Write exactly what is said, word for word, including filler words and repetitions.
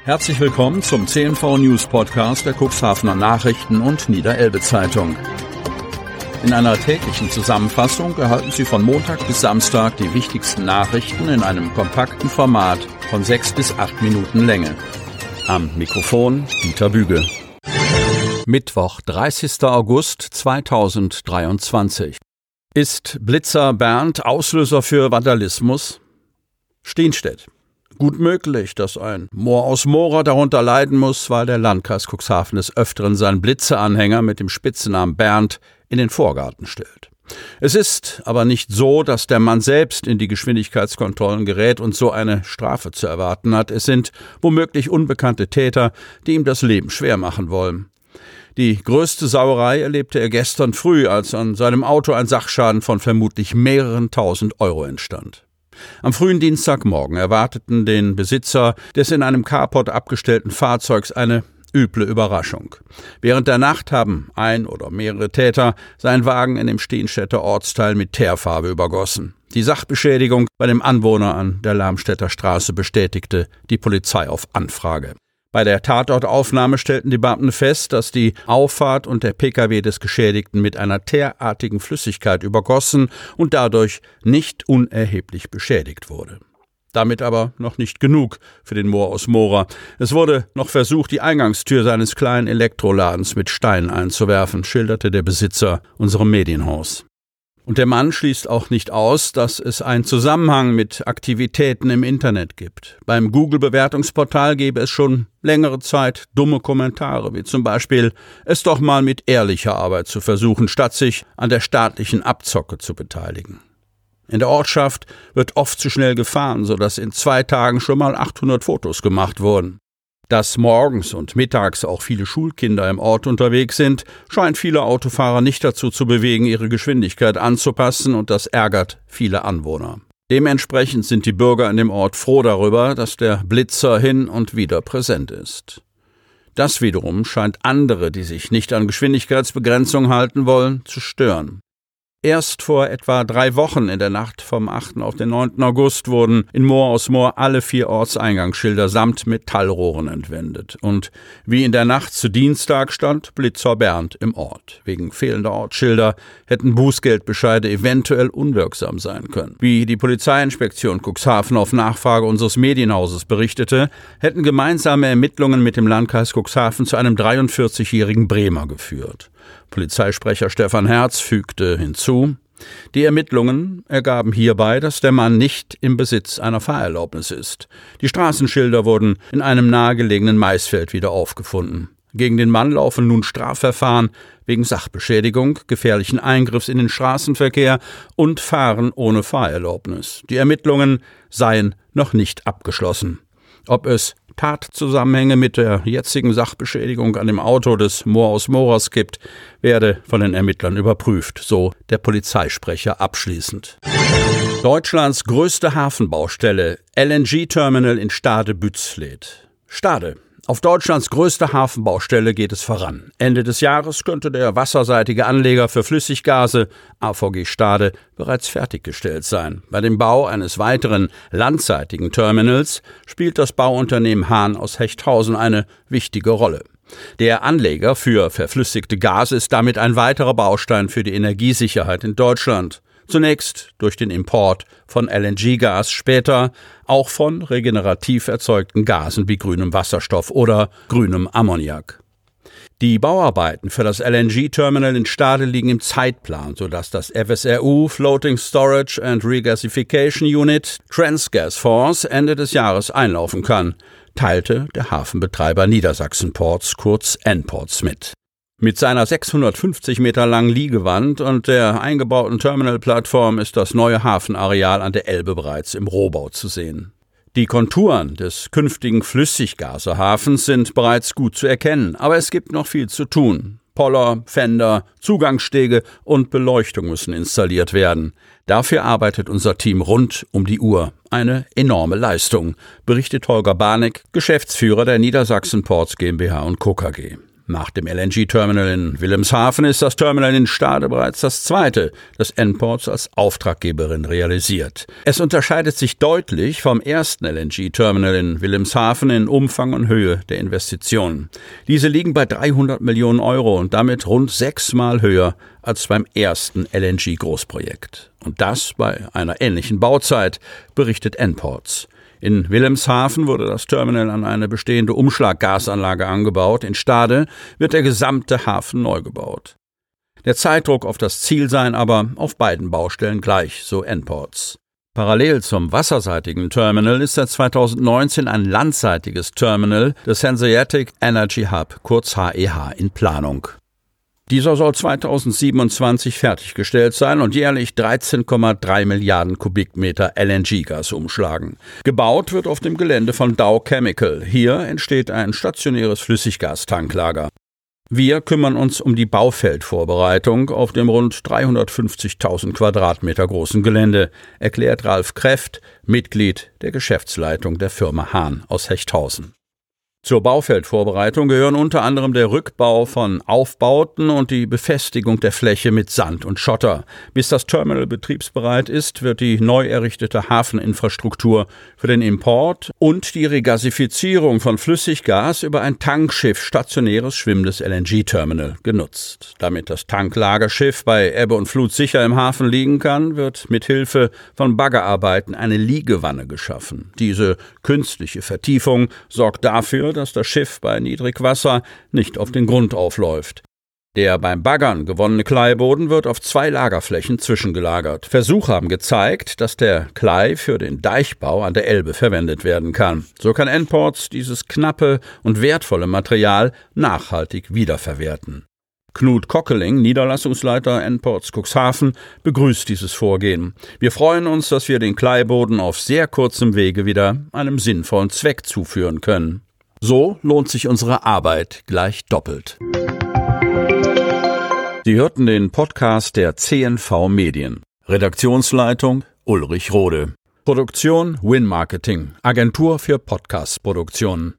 Herzlich willkommen zum C N V News Podcast der Cuxhavener Nachrichten und Niederelbe Zeitung. In einer täglichen Zusammenfassung erhalten Sie von Montag bis Samstag die wichtigsten Nachrichten in einem kompakten Format von sechs bis acht Minuten Länge. Am Mikrofon Dieter Büge. Mittwoch, dreißigster August zweitausenddreiundzwanzig. Ist Blitzer Bernd Auslöser für Vandalismus? Stienstedt. Gut möglich, dass ein Moor aus Mohra darunter leiden muss, weil der Landkreis Cuxhaven des Öfteren seinen Blitzeranhänger mit dem Spitznamen Bernd in den Vorgarten stellt. Es ist aber nicht so, dass der Mann selbst in die Geschwindigkeitskontrollen gerät und so eine Strafe zu erwarten hat. Es sind womöglich unbekannte Täter, die ihm das Leben schwer machen wollen. Die größte Sauerei erlebte er gestern früh, als an seinem Auto ein Sachschaden von vermutlich mehreren tausend Euro entstand. Am frühen Dienstagmorgen erwarteten den Besitzer des in einem Carport abgestellten Fahrzeugs eine üble Überraschung. Während der Nacht haben ein oder mehrere Täter seinen Wagen in dem Stienstädter Ortsteil mit Teerfarbe übergossen. Die Sachbeschädigung bei dem Anwohner an der Lamstädter Straße bestätigte die Polizei auf Anfrage. Bei der Tatortaufnahme stellten die Beamten fest, dass die Auffahrt und der Pkw des Geschädigten mit einer teerartigen Flüssigkeit übergossen und dadurch nicht unerheblich beschädigt wurde. Damit aber noch nicht genug für den Moor aus Mohra. Es wurde noch versucht, die Eingangstür seines kleinen Elektroladens mit Steinen einzuwerfen, schilderte der Besitzer unserem Medienhaus. Und der Mann schließt auch nicht aus, dass es einen Zusammenhang mit Aktivitäten im Internet gibt. Beim Google-Bewertungsportal gäbe es schon längere Zeit dumme Kommentare, wie zum Beispiel, es doch mal mit ehrlicher Arbeit zu versuchen, statt sich an der staatlichen Abzocke zu beteiligen. In der Ortschaft wird oft zu schnell gefahren, sodass in zwei Tagen schon mal achthundert Fotos gemacht wurden. Dass morgens und mittags auch viele Schulkinder im Ort unterwegs sind, scheint viele Autofahrer nicht dazu zu bewegen, ihre Geschwindigkeit anzupassen, und das ärgert viele Anwohner. Dementsprechend sind die Bürger in dem Ort froh darüber, dass der Blitzer hin und wieder präsent ist. Das wiederum scheint andere, die sich nicht an Geschwindigkeitsbegrenzung halten wollen, zu stören. Erst vor etwa drei Wochen in der Nacht vom achten auf den neunten August wurden in Moor aus Moor alle vier Ortseingangsschilder samt Metallrohren entwendet. Und wie in der Nacht zu Dienstag stand Blitzer Bernd im Ort. Wegen fehlender Ortsschilder hätten Bußgeldbescheide eventuell unwirksam sein können. Wie die Polizeiinspektion Cuxhaven auf Nachfrage unseres Medienhauses berichtete, hätten gemeinsame Ermittlungen mit dem Landkreis Cuxhaven zu einem dreiundvierzigjährigen Bremer geführt. Polizeisprecher Stefan Herz fügte hinzu, die Ermittlungen ergaben hierbei, dass der Mann nicht im Besitz einer Fahrerlaubnis ist. Die Straßenschilder wurden in einem nahegelegenen Maisfeld wieder aufgefunden. Gegen den Mann laufen nun Strafverfahren wegen Sachbeschädigung, gefährlichen Eingriffs in den Straßenverkehr und Fahren ohne Fahrerlaubnis. Die Ermittlungen seien noch nicht abgeschlossen. Ob es Tatzusammenhänge mit der jetzigen Sachbeschädigung an dem Auto des Moor aus Mohras gibt, werde von den Ermittlern überprüft, so der Polizeisprecher abschließend. Deutschlands größte Hafenbaustelle, L N G-Terminal in Stade-Bützfleth. Stade. Auf Deutschlands größter Hafenbaustelle geht es voran. Ende des Jahres könnte der wasserseitige Anleger für Flüssiggase, A V G Stade, bereits fertiggestellt sein. Bei dem Bau eines weiteren landseitigen Terminals spielt das Bauunternehmen Hahn aus Hechthausen eine wichtige Rolle. Der Anleger für verflüssigte Gase ist damit ein weiterer Baustein für die Energiesicherheit in Deutschland. Zunächst durch den Import von L N G-Gas, später auch von regenerativ erzeugten Gasen wie grünem Wasserstoff oder grünem Ammoniak. Die Bauarbeiten für das L N G-Terminal in Stade liegen im Zeitplan, sodass das F S R U Floating Storage and Regasification Unit Transgas Force Ende des Jahres einlaufen kann, teilte der Hafenbetreiber Niedersachsen Ports, kurz N Ports, mit. Mit seiner sechshundertfünfzig Meter langen Liegewand und der eingebauten Terminalplattform ist das neue Hafenareal an der Elbe bereits im Rohbau zu sehen. Die Konturen des künftigen Flüssiggasehafens sind bereits gut zu erkennen, aber es gibt noch viel zu tun. Poller, Fender, Zugangsstege und Beleuchtung müssen installiert werden. Dafür arbeitet unser Team rund um die Uhr. Eine enorme Leistung, berichtet Holger Barneck, Geschäftsführer der Niedersachsen Ports GmbH und Co. K G. Nach dem L N G-Terminal in Wilhelmshaven ist das Terminal in Stade bereits das zweite, das N Ports als Auftraggeberin realisiert. Es unterscheidet sich deutlich vom ersten L N G-Terminal in Wilhelmshaven in Umfang und Höhe der Investitionen. Diese liegen bei dreihundert Millionen Euro und damit rund sechsmal höher als beim ersten L N G-Großprojekt. Und das bei einer ähnlichen Bauzeit, berichtet N Ports. In Wilhelmshaven wurde das Terminal an eine bestehende Umschlaggasanlage angebaut. In Stade wird der gesamte Hafen neu gebaut. Der Zeitdruck auf das Ziel sei aber auf beiden Baustellen gleich, so N Ports. Parallel zum wasserseitigen Terminal ist seit zweitausendneunzehn ein landseitiges Terminal des Hanseatic Energy Hub, kurz H E H, in Planung. Dieser soll zweitausendsiebenundzwanzig fertiggestellt sein und jährlich dreizehn Komma drei Milliarden Kubikmeter L N G-Gas umschlagen. Gebaut wird auf dem Gelände von Dow Chemical. Hier entsteht ein stationäres Flüssiggastanklager. Wir kümmern uns um die Baufeldvorbereitung auf dem rund dreihundertfünfzigtausend Quadratmeter großen Gelände, erklärt Ralf Kreft, Mitglied der Geschäftsleitung der Firma Hahn aus Hechthausen. Zur Baufeldvorbereitung gehören unter anderem der Rückbau von Aufbauten und die Befestigung der Fläche mit Sand und Schotter. Bis das Terminal betriebsbereit ist, wird die neu errichtete Hafeninfrastruktur für den Import und die Regasifizierung von Flüssiggas über ein Tankschiff stationäres schwimmendes L N G-Terminal genutzt. Damit das Tanklagerschiff bei Ebbe und Flut sicher im Hafen liegen kann, wird mit Hilfe von Baggerarbeiten eine Liegewanne geschaffen. Diese künstliche Vertiefung sorgt dafür, dass das Schiff bei Niedrigwasser nicht auf den Grund aufläuft. Der beim Baggern gewonnene Kleiboden wird auf zwei Lagerflächen zwischengelagert. Versuche haben gezeigt, dass der Klei für den Deichbau an der Elbe verwendet werden kann. So kann N Ports dieses knappe und wertvolle Material nachhaltig wiederverwerten. Knut Kockeling, Niederlassungsleiter N Ports Cuxhaven, begrüßt dieses Vorgehen. Wir freuen uns, dass wir den Kleiboden auf sehr kurzem Wege wieder einem sinnvollen Zweck zuführen können. So lohnt sich unsere Arbeit gleich doppelt. Sie hörten den Podcast der C N V Medien. Redaktionsleitung Ulrich Rode. Produktion Win Marketing, Agentur für Podcast-Produktionen.